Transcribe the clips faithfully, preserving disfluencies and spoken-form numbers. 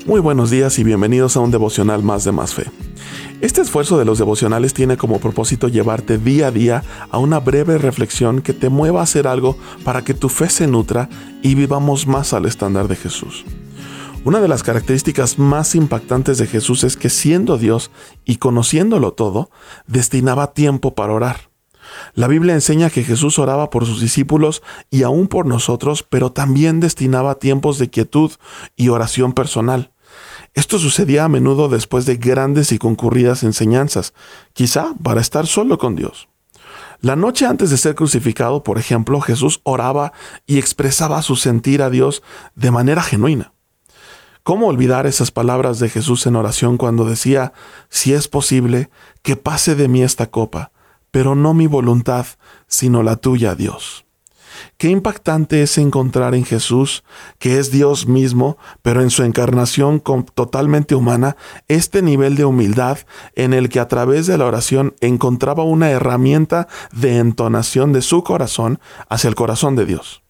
Muy buenos días y bienvenidos a un devocional más de Más Fe. Este esfuerzo de los devocionales tiene como propósito llevarte día a día a una breve reflexión que te mueva a hacer algo para que tu fe se nutra y vivamos más al estándar de Jesús. Una de las características más impactantes de Jesús es que siendo Dios y conociéndolo todo, destinaba tiempo para orar. La Biblia enseña que Jesús oraba por sus discípulos y aún por nosotros, pero también destinaba tiempos de quietud y oración personal. Esto sucedía a menudo después de grandes y concurridas enseñanzas, quizá para estar solo con Dios. La noche antes de ser crucificado, por ejemplo, Jesús oraba y expresaba su sentir a Dios de manera genuina. ¿Cómo olvidar esas palabras de Jesús en oración cuando decía, si es posible, que pase de mí esta copa, pero no mi voluntad, sino la tuya, Dios? Qué impactante es encontrar en Jesús, que es Dios mismo, pero en su encarnación totalmente humana, este nivel de humildad en el que a través de la oración encontraba una herramienta de entonación de su corazón hacia el corazón de Dios.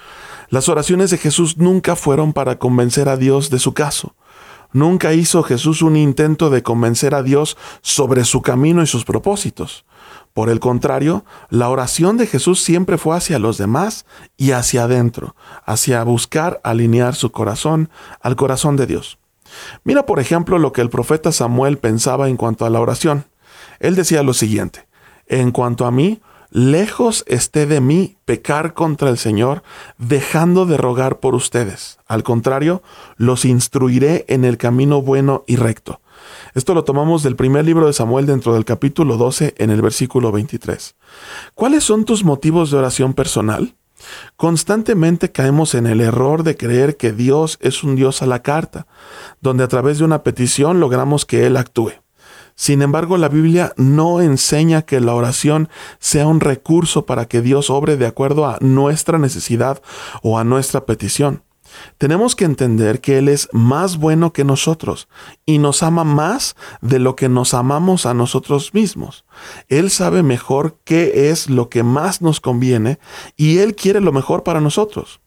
Las oraciones de Jesús nunca fueron para convencer a Dios de su caso. Nunca hizo Jesús un intento de convencer a Dios sobre su camino y sus propósitos. Por el contrario, la oración de Jesús siempre fue hacia los demás y hacia adentro, hacia buscar alinear su corazón al corazón de Dios. Mira, por ejemplo, lo que el profeta Samuel pensaba en cuanto a la oración. Él decía lo siguiente: en cuanto a mí, lejos esté de mí pecar contra el Señor, dejando de rogar por ustedes. Al contrario, los instruiré en el camino bueno y recto. Esto lo tomamos del primer libro de Samuel dentro del capítulo doce en el versículo veintitrés. ¿Cuáles son tus motivos de oración personal? Constantemente caemos en el error de creer que Dios es un Dios a la carta, donde a través de una petición logramos que Él actúe. Sin embargo, la Biblia no enseña que la oración sea un recurso para que Dios obre de acuerdo a nuestra necesidad o a nuestra petición. Tenemos que entender que Él es más bueno que nosotros y nos ama más de lo que nos amamos a nosotros mismos. Él sabe mejor qué es lo que más nos conviene y Él quiere lo mejor para nosotros.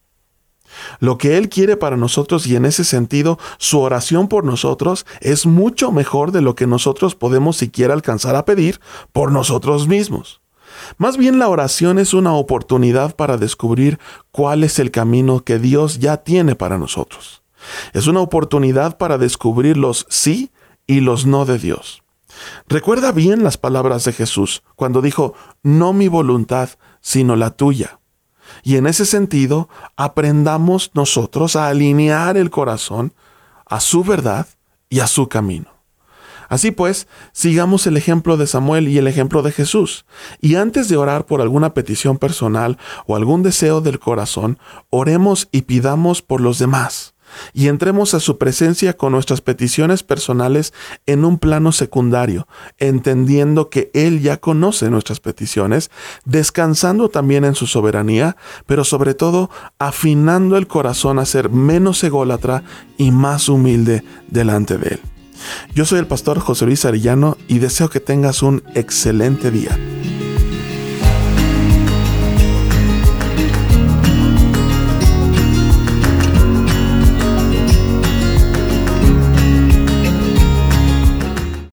Lo que Él quiere para nosotros, y en ese sentido su oración por nosotros es mucho mejor de lo que nosotros podemos siquiera alcanzar a pedir por nosotros mismos. Más bien, la oración es una oportunidad para descubrir cuál es el camino que Dios ya tiene para nosotros. Es una oportunidad para descubrir los sí y los no de Dios. Recuerda bien las palabras de Jesús cuando dijo, no mi voluntad, sino la tuya. Y en ese sentido, aprendamos nosotros a alinear el corazón a su verdad y a su camino. Así pues, sigamos el ejemplo de Samuel y el ejemplo de Jesús. Y antes de orar por alguna petición personal o algún deseo del corazón, oremos y pidamos por los demás. Y entremos a su presencia con nuestras peticiones personales en un plano secundario, entendiendo que Él ya conoce nuestras peticiones, descansando también en su soberanía, pero sobre todo afinando el corazón a ser menos ególatra y más humilde delante de Él. Yo soy el pastor José Luis Arellano y deseo que tengas un excelente día.